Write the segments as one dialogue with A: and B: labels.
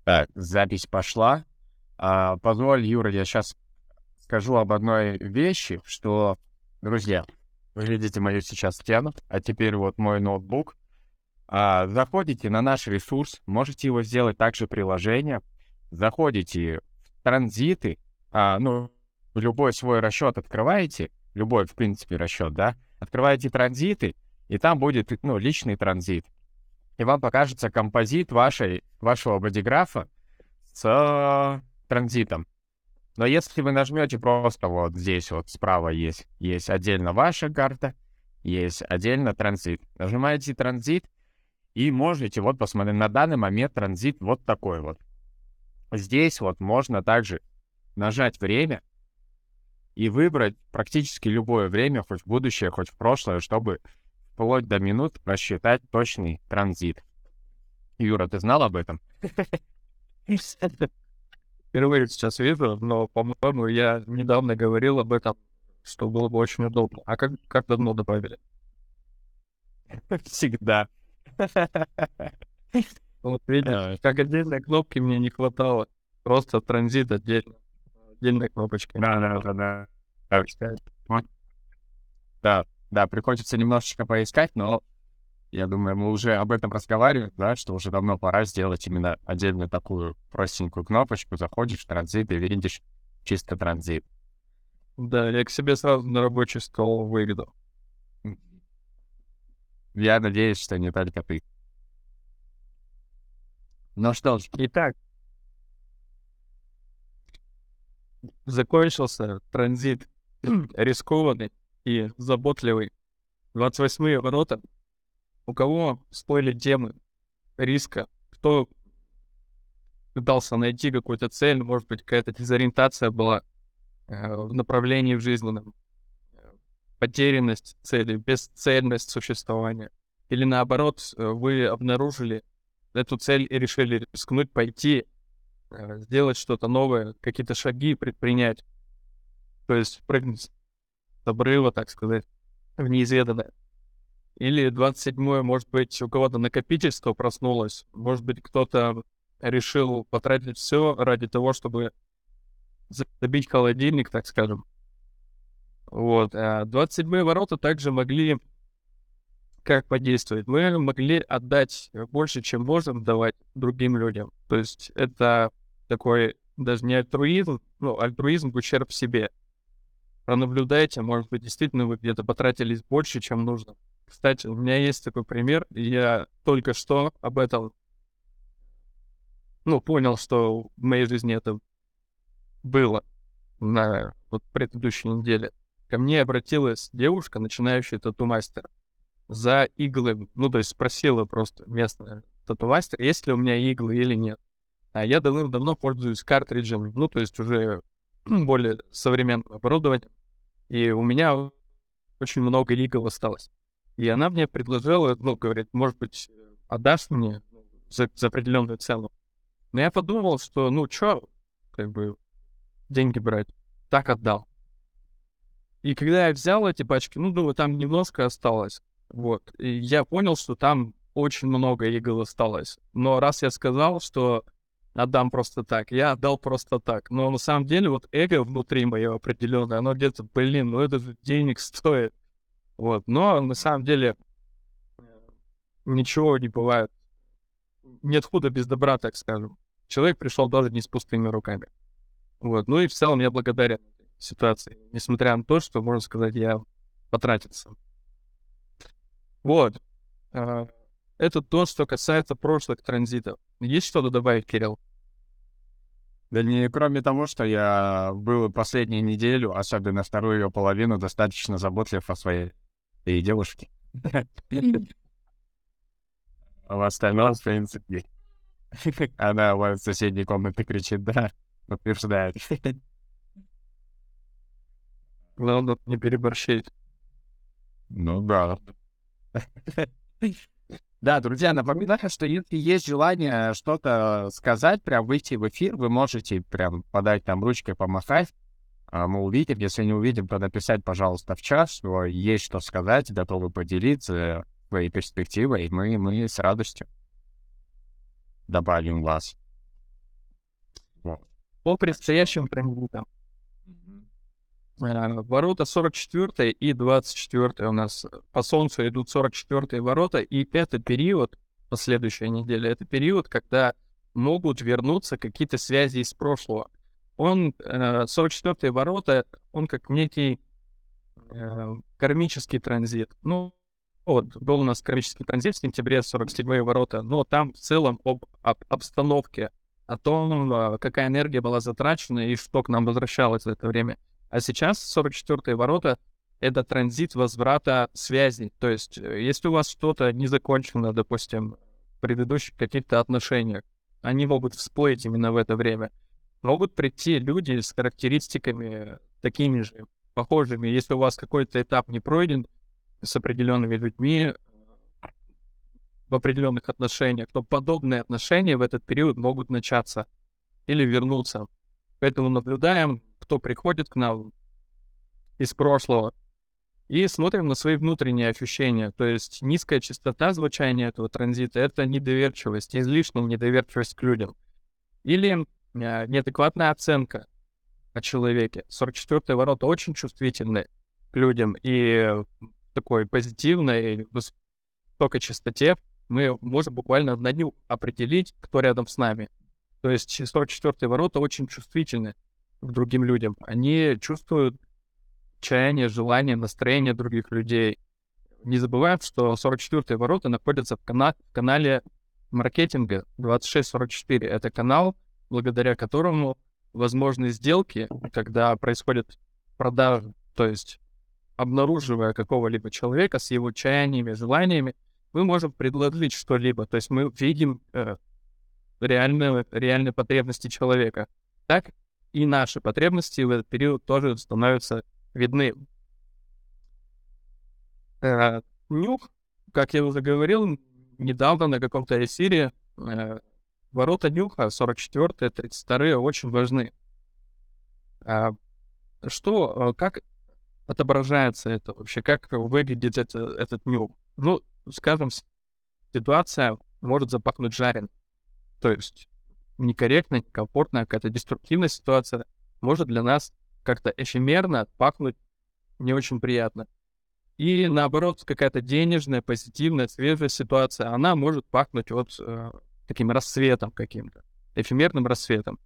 A: Так, запись пошла. Позволь, Юра, я сейчас скажу об одной вещи, что, друзья, вы видите мою сейчас стену, а теперь вот мой ноутбук. Заходите на наш ресурс, можете его сделать также приложение. Заходите в транзиты, в любой свой расчет открываете, любой, в принципе, расчет, да, открываете транзиты, и там будет, личный транзит. И вам покажется композит вашего бодиграфа с транзитом. Но если вы нажмете просто вот здесь вот справа есть отдельно ваша карта, есть отдельно транзит. Нажимаете транзит и можете вот посмотреть, на данный момент транзит вот такой вот. Здесь вот можно также нажать время и выбрать практически любое время, хоть в будущее, хоть в прошлое, чтобы вплоть до минут рассчитать точный транзит. Юра, ты знал об этом?
B: Впервые сейчас вижу, но, по-моему, я недавно говорил об этом, что было бы очень удобно. А как давно добавили?
A: Всегда.
B: Вот видишь, как отдельной кнопки мне не хватало. Просто транзит отдельно. Отдельной кнопочкой.
A: Да. Так, вот. Да, приходится немножечко поискать, но я думаю, мы уже об этом разговариваем, да, что уже давно пора сделать именно отдельную такую простенькую кнопочку. Заходишь в транзит и видишь чисто транзит.
B: Да, я к себе сразу на рабочий стол выведу.
A: Я надеюсь, что не только ты. Ну что ж,
B: Итак, закончился транзит рискованный и заботливый. 28-е ворота. У кого всплыли темы риска? Кто пытался найти какую-то цель, может быть, какая-то дезориентация была в направлении в жизненном, потерянность цели, бесцельность существования. Или наоборот, вы обнаружили эту цель и решили рискнуть, пойти, сделать что-то новое, какие-то шаги предпринять. То есть прыгнуть с обрыва, так сказать, в неизведанное. Или 27-е, может быть, у кого-то накопительство проснулось, может быть, кто-то решил потратить все ради того, чтобы забить холодильник, так скажем. Вот. 27-е ворота также могли как подействовать. Мы могли отдать больше, чем можем давать другим людям. То есть это такой даже не альтруизм, альтруизм в ущерб себе. Пронаблюдайте, может быть, действительно вы где-то потратились больше, чем нужно. Кстати, у меня есть такой пример, и я только что об этом, понял, что в моей жизни это было на предыдущей неделе. Ко мне обратилась девушка, начинающая тату-мастер, за иглы. То есть спросила просто местная тату-мастер, есть ли у меня иглы или нет. А я давным-давно пользуюсь картриджем, то есть уже более современным оборудованием. И у меня очень много игл осталось. И она мне предложила, говорит, может быть, отдашь мне за определенную цену. Но я подумал, что, деньги брать. Так отдал. И когда я взял эти пачки, думаю, там немножко осталось. Вот. И я понял, что там очень много игл осталось. Но раз я сказал, что отдам просто так, я отдал просто так. Но на самом деле вот эго внутри мое определенное, оно где-то, это же денег стоит. Вот. Но на самом деле ничего не бывает. Нет худа без добра, так скажем. Человек пришел даже не с пустыми руками. Вот. И в целом я благодарен ситуации, несмотря на то, что, можно сказать, я потратился. Вот. Это то, что касается прошлых транзитов. Есть что-то добавить, Кирилл?
A: Да не, кроме того, что я был последнюю неделю, особенно вторую ее половину, достаточно заботлив о своей девушке. А в остальном, в принципе, она в соседней комнате кричит, да, утверждает.
B: Главное, не переборщить.
A: Ну да. Да, друзья, напоминаю, что если есть желание что-то сказать, прям выйти в эфир, вы можете прям подать там ручкой, помахать. Мы увидим. Если не увидим, то написать, пожалуйста, в чат, что есть что сказать, готовы поделиться своей перспективой, и мы с радостью добавим вас.
B: По предстоящим транзитам. Ворота 44 и 24 у нас по Солнцу идут 44 ворота, и это период, последующая неделя, это период, когда могут вернуться какие-то связи из прошлого. 44 ворота, он как некий кармический транзит. Ну, вот, был у нас кармический транзит в сентябре, 47-е ворота, но там в целом об обстановке, о том, какая энергия была затрачена и что к нам возвращалось за это время. А сейчас 44-е ворота — это транзит возврата связей. То есть, если у вас что-то не закончено, допустим, в предыдущих каких-то отношениях, они могут всплыть именно в это время. Могут прийти люди с характеристиками такими же, похожими. Если у вас какой-то этап не пройден с определенными людьми в определенных отношениях, то подобные отношения в этот период могут начаться или вернуться. Поэтому наблюдаем, кто приходит к нам из прошлого, и смотрим на свои внутренние ощущения. То есть низкая частота звучания этого транзита — это недоверчивость, излишняя недоверчивость к людям. Или неадекватная оценка о человеке. 44-е ворота очень чувствительны к людям, и такой позитивной, высокой частоте мы можем буквально на дню определить, кто рядом с нами. То есть 44-е ворота очень чувствительны к другим людям. Они чувствуют чаяние, желание, настроение других людей. Не забываем, что 44-е ворота находятся в канале маркетинга 2644. Это канал, благодаря которому возможны сделки, когда происходит продажа. То есть, обнаруживая какого-либо человека с его чаяниями, желаниями, мы можем предложить что-либо. То есть мы видим реальные потребности человека. Так и наши потребности в этот период тоже становятся видны. Нюх, как я уже говорил недавно на каком-то эфире, ворота нюха 44-е, 32-е очень важны. Как отображается это вообще? Как выглядит этот нюх? Ну, скажем, ситуация может запахнуть жареным. То есть некорректная, некомфортная, какая-то деструктивная ситуация может для нас как-то эфемерно пахнуть не очень приятно. И наоборот, какая-то денежная, позитивная, свежая ситуация, она может пахнуть вот таким рассветом каким-то, эфемерным рассветом.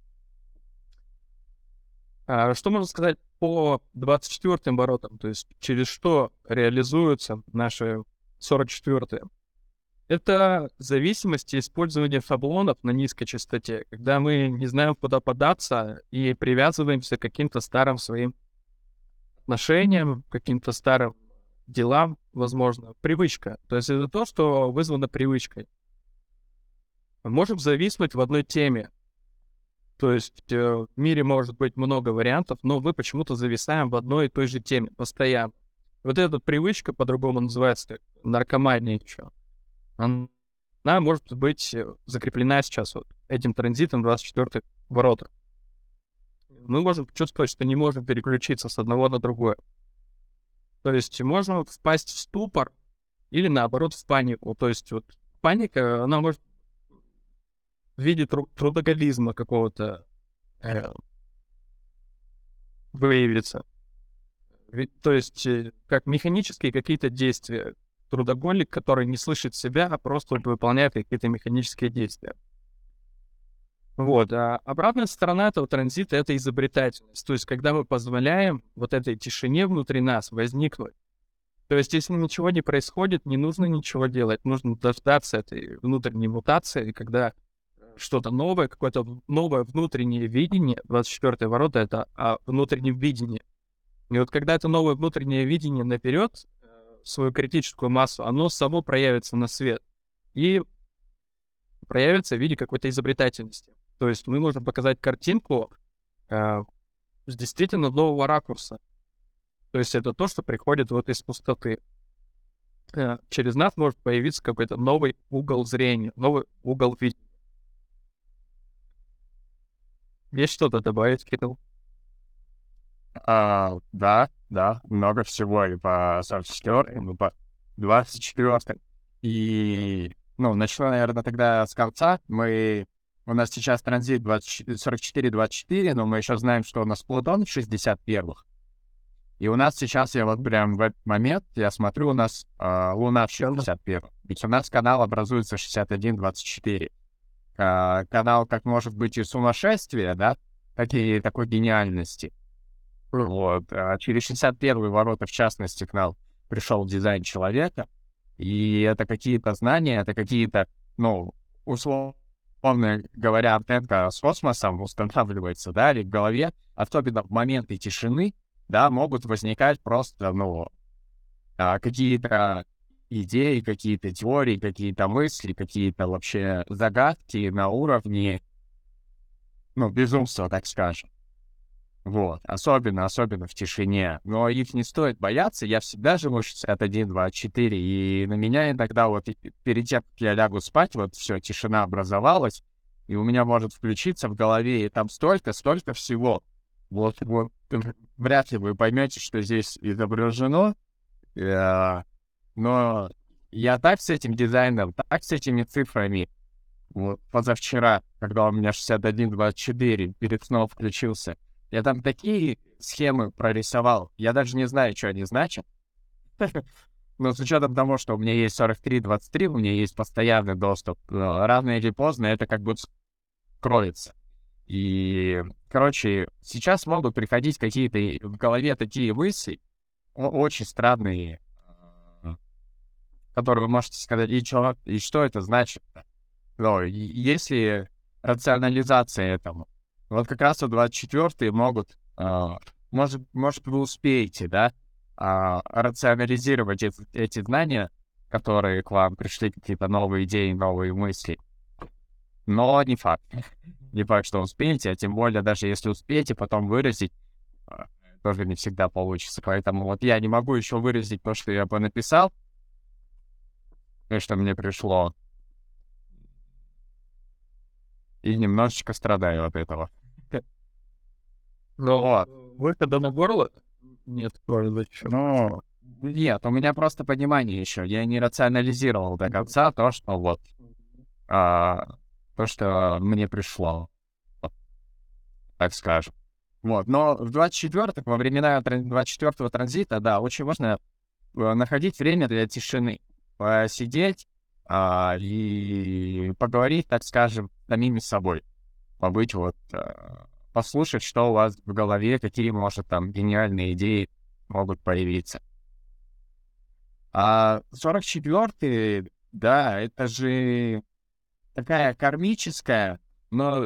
B: Что можно сказать по 24-м воротам, то есть через что реализуются наши 44-е? Это зависимость и использование шаблонов на низкой частоте, когда мы не знаем, куда податься и привязываемся к каким-то старым своим отношениям, каким-то старым делам, возможно. Привычка. То есть это то, что вызвано привычкой. Мы можем зависнуть в одной теме. То есть в мире может быть много вариантов, но мы почему-то зависаем в одной и той же теме постоянно. Вот эта привычка, по-другому называется, как наркомания еще. Она может быть закреплена сейчас вот этим транзитом 24-х ворот. Мы можем чувствовать, что не можем переключиться с одного на другое. То есть можно впасть в ступор или, наоборот, в панику. То есть вот паника, она может в виде трудоголизма какого-то выявиться. То есть как механические какие-то действия. Трудоголик, который не слышит себя, а просто выполняет какие-то механические действия. Вот. А обратная сторона этого транзита — это изобретательность. То есть когда мы позволяем вот этой тишине внутри нас возникнуть. То есть если ничего не происходит, не нужно ничего делать. Нужно дождаться этой внутренней мутации, когда что-то новое, какое-то новое внутреннее видение. 24-е ворота — это о внутреннем видении. И вот когда это новое внутреннее видение наперед свою критическую массу, оно само проявится на свет. И проявится в виде какой-то изобретательности. То есть мы можем показать картинку с действительно нового ракурса. То есть это то, что приходит вот из пустоты. Через нас может появиться какой-то новый угол зрения, новый угол видения. Есть что-то добавить, Кирилл?
A: Да, много всего и по 44-м, и по 24-м. И, начну, наверное, тогда с конца. Мы у нас сейчас транзит 44-24, но мы еще знаем, что у нас Плутон в 61-х. И у нас сейчас, я вот прям в этот момент, я смотрю, у нас Луна в 61-м. Ведь у нас канал образуется 61-24. Канал, как может быть, и сумасшествие, да, такой гениальности. Вот. Через 61-й ворота, в частности, к нам пришел дизайн человека. И это какие-то знания, это какие-то, ну, условно говоря, антенна с космосом устанавливается, да, или в голове, особенно в моменты тишины, да, могут возникать просто, ну, какие-то идеи, какие-то теории, какие-то мысли, какие-то вообще загадки на уровне, ну, безумства, так скажем. Вот, особенно в тишине. Но их не стоит бояться. Я всегда живу 61-24, и на меня иногда вот перед тем, как я лягу спать, вот все, тишина образовалась, и у меня может включиться в голове, и там столько всего. Вот, вряд ли вы поймете, что здесь изображено, но я так с этим дизайном, так с этими цифрами. Вот позавчера, когда у меня 61-24 перед сном включился, я там такие схемы прорисовал. Я даже не знаю, что они значат. Но с учетом того, что у меня есть 43-23, у меня есть постоянный доступ, рано или поздно это как будто кроется. И, короче, сейчас могут приходить какие-то в голове такие мысли, очень странные, которые вы можете сказать, и что это значит? Но если рационализация этому, вот как раз вот 24-е могут, может, вы успеете, да, рационализировать эти знания, которые к вам пришли, какие-то новые идеи, новые мысли. Но не факт. Не факт, что успеете, а тем более, даже если успеете, потом выразить, тоже не всегда получится. Поэтому вот я не могу еще выразить то, что я бы написал, то, что мне пришло. И немножечко страдаю от этого.
B: Но
A: Вот.
B: выхода на горло нет, может быть, еще.
A: Ну, нет, у меня просто понимание еще. Я не рационализировал до конца то, что вот, то, что мне пришло, так скажем. Вот, но в 24-х, во времена 24-го транзита, да, очень важно находить время для тишины. Посидеть и поговорить, так скажем, с самими собой. Побыть вот, послушать, что у вас в голове, какие, может, там, гениальные идеи могут появиться. А 44-й, да, это же такая кармическая, но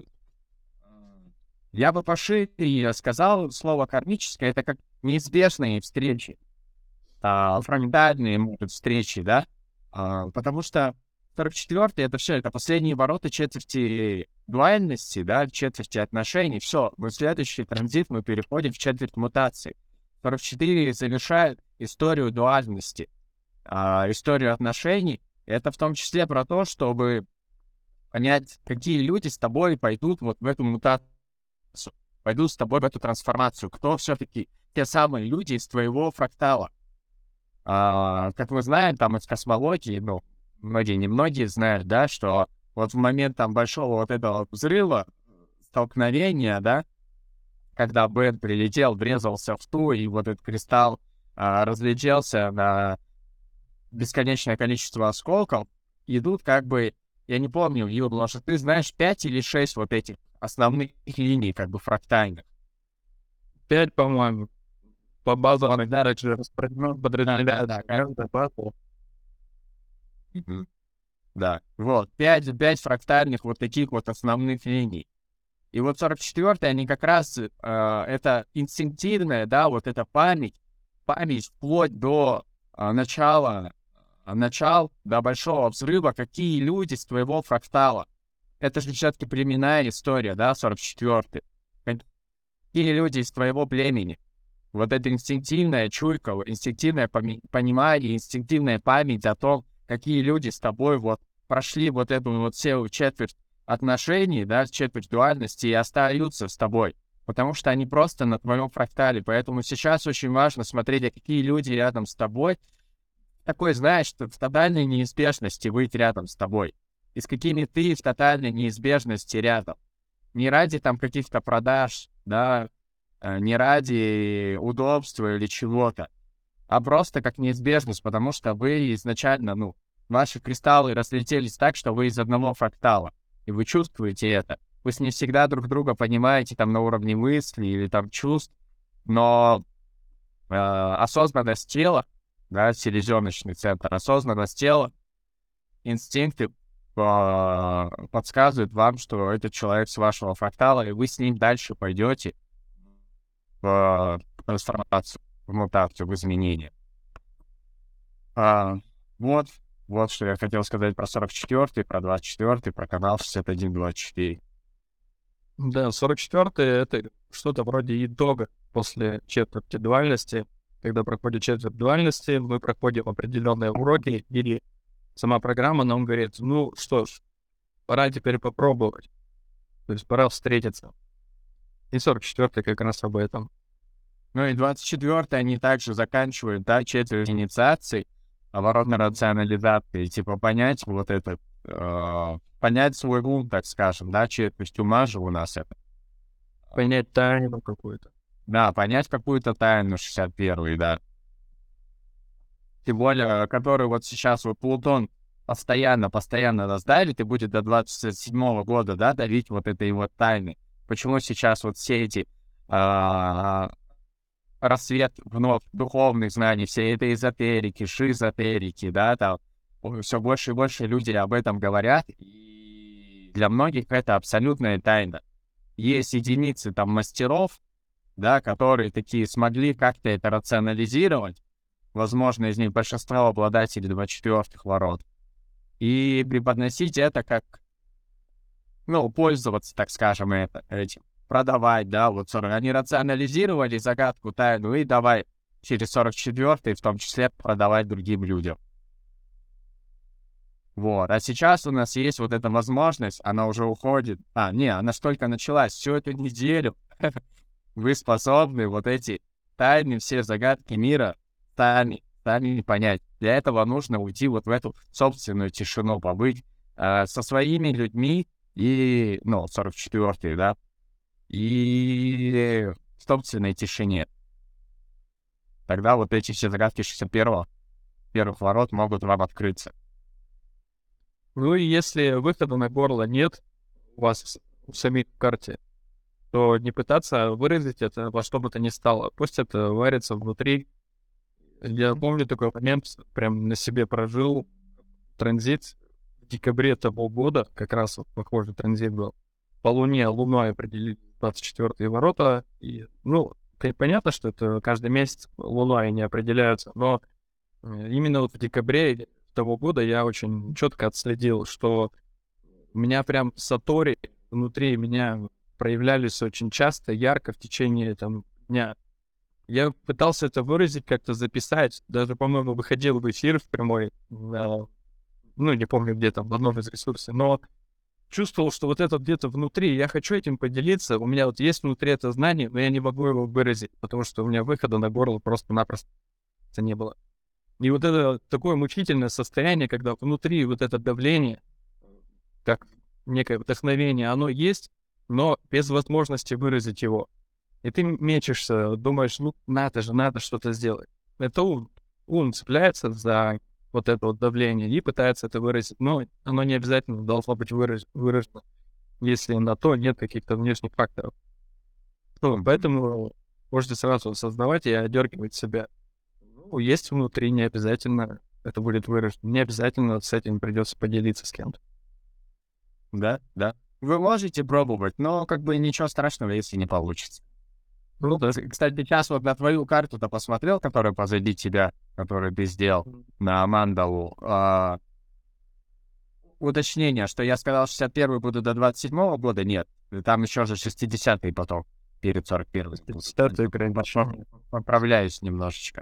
A: я бы пошире сказал, слово кармическое — это как неизбежные встречи, фрагментальные, может, встречи, да, потому что 44-й — это все, это последние ворота четверти дуальности, да, четверти отношений, все, в следующий транзит мы переходим в четверть мутации. 44 завершает историю дуальности, историю отношений. Это в том числе про то, чтобы понять, какие люди с тобой пойдут вот в эту мутацию, пойдут с тобой в эту трансформацию, кто все-таки те самые люди из твоего фрактала. Как мы знаем, там из космологии, ну, немногие знают, да, что вот в момент там большого вот этого взрыва, столкновения, да, когда Бен прилетел, врезался в ту, и вот этот кристалл разлетелся на бесконечное количество осколков, идут как бы, я не помню, Юр, может, ты знаешь 5 или 6 вот этих основных линий, как бы фрактальных.
B: 5, по-моему. По базовым подразделениям.
A: Да, вот, 5 фрактальных вот таких вот основных линий. И вот 44-й, они как раз, это инстинктивная, да, вот эта память вплоть до начала до большого взрыва, какие люди с твоего фрактала. Это же все-таки племенная история, да, 44-й. Какие люди из твоего племени. Вот это инстинктивная чуйка, инстинктивное понимание, инстинктивная память о том, какие люди с тобой вот прошли вот эту вот всю четверть отношений, да, четверть дуальности и остаются с тобой. Потому что они просто на твоем фрактале. Поэтому сейчас очень важно смотреть, какие люди рядом с тобой. Такой, знаешь, в тотальной неизбежности быть рядом с тобой. и с какими ты в тотальной неизбежности рядом. Не ради там каких-то продаж, да, не ради удобства или чего-то, а просто как неизбежность, потому что вы изначально, ваши кристаллы разлетелись так, что вы из одного фрактала, и вы чувствуете это. Вы с не всегда друг друга понимаете там на уровне мысли или там чувств, но осознанность тела, да, селезеночный центр, осознанность тела, инстинкты подсказывают вам, что этот человек с вашего фрактала, и вы с ним дальше пойдете в трансформацию, в мутацию, в изменение. Вот что я хотел сказать про 44-й, про 24-й, про канал 61-24.
B: Да, 44-й — это что-то вроде итога после четверти дуальности. Когда проходит четверть дуальности, мы проходим определенные уроки, или сама программа нам говорит, ну что ж, пора теперь попробовать. То есть пора встретиться. И 44-й как раз об этом.
A: Ну и 24-й они также заканчивают, да, четверть инициаций, оборотной рационализации, типа понять вот это, понять свой ум, так скажем, да, четверть ума же у нас это.
B: Понять тайну какую-то.
A: Да, понять какую-то тайну 61-й, да. Тем более, который вот сейчас вот Плутон постоянно нас давит и будет до 27-го года, да, давить вот этой вот тайны. Почему сейчас вот все эти рассвет вновь духовных знаний, все этой эзотерики, шизотерики, да, там все больше и больше люди об этом говорят, и для многих это абсолютная тайна. Есть единицы там мастеров, да, которые такие смогли как-то это рационализировать, возможно, из них большинство обладателей 24-х ворот, и преподносить это как, пользоваться, так скажем, этим. Продавать, да, вот 40. Они рационализировали загадку, тайну, и давай через 44-й, в том числе, продавать другим людям. Вот. А сейчас у нас есть вот эта возможность, она уже уходит. Она только началась всю эту неделю. Вы способны вот эти тайны, все загадки мира сами понять. Для этого нужно уйти вот в эту собственную тишину, побыть со своими людьми и, 44-й, да, и в собственной тишине. Тогда вот эти все загадки 61-го, первых ворот могут вам открыться.
B: Ну и если выхода на горло нет у вас в самой карте, то не пытаться выразить это во что бы то ни стало. Пусть это варится внутри. Я помню такой момент, прям на себе прожил транзит в декабре того года, как раз вот похожий транзит был. По Луне Луной определили 24-е ворота. И, понятно, что это каждый месяц Луной не определяются, но именно вот в декабре того года я очень четко отследил, что у меня прям сатори внутри меня проявлялись очень часто, ярко в течение дня. Я пытался это выразить, как-то записать, даже, по-моему, выходил в эфир в прямой, не помню где там, в одном из ресурсов, но чувствовал, что вот это где-то внутри, я хочу этим поделиться, у меня вот есть внутри это знание, но я не могу его выразить, потому что у меня выхода на горло просто-напросто не было. И вот это такое мучительное состояние, когда внутри вот это давление, как некое вдохновение, оно есть, но без возможности выразить его. И ты мечешься, думаешь, надо что-то сделать. Это ум цепляется за вот это вот давление и пытается это выразить, но оно не обязательно должно быть выражено, если на то нет каких-то внешних факторов. Поэтому можете сразу осознавать и одергивать себя. Есть внутри, не обязательно это будет выражено, не обязательно с этим придется поделиться с кем-то.
A: Да. Вы можете пробовать, но ничего страшного, если не получится. Кстати, сейчас вот на твою карту-то посмотрел, которая позади тебя, которую ты сделал на мандалу. Уточнение, что я сказал, 61-й буду до 27-го года, нет. Там еще же 60-й потом, перед 41-й.
B: 60-й прям
A: поправляюсь немножечко.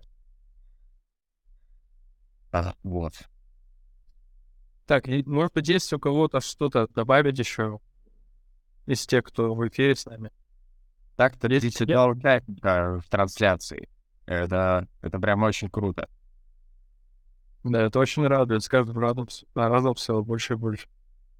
A: Вот.
B: Так, может быть, есть у кого-то что-то добавить еще из тех, кто в эфире с нами?
A: Так, 32 участника в трансляции. Это прям очень круто.
B: Да, это очень радует. С каждым разом все больше и больше.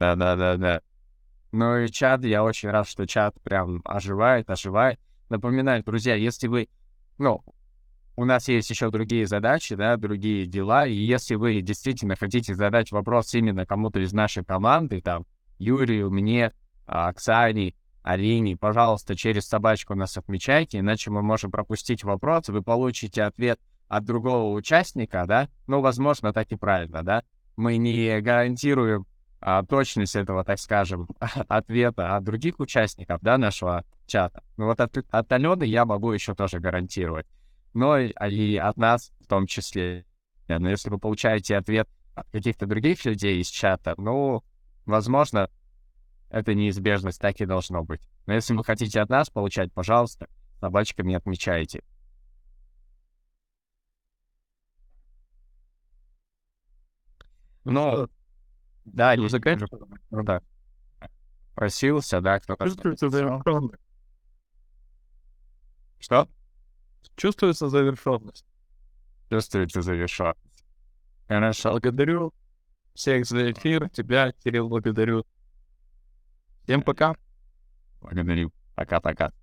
A: Да. Ну и чат, я очень рад, что чат прям оживает. Напоминаю, друзья, если вы, ну, у нас есть еще другие задачи, да, другие дела, и если вы действительно хотите задать вопрос именно кому-то из нашей команды, там, Юрию, мне, Оксане, Алине, пожалуйста, через собачку нас отмечайте, иначе мы можем пропустить вопрос, вы получите ответ от другого участника, да, ну, возможно, так и правильно, да, мы не гарантируем точность этого, так скажем, ответа от других участников, да, нашего чата. Но вот от Алены я могу еще тоже гарантировать. Но и от нас в том числе. Но если вы получаете ответ от каких-то других людей из чата, ну, возможно, это неизбежность, так и должно быть. Но если вы хотите от нас получать, пожалуйста, собачками отмечайте. Ну, да, не
B: заканчиваем.
A: ну да. Просился, да, кто-то.
B: Чувствуется завершенность.
A: Что?
B: Чувствуется завершенность.
A: Чувствуется завершен. Хорошо.
B: Благодарю всех за эфир. Тебя, Кирилл, благодарю. Всем пока.
A: Благодарю. Пока-пока.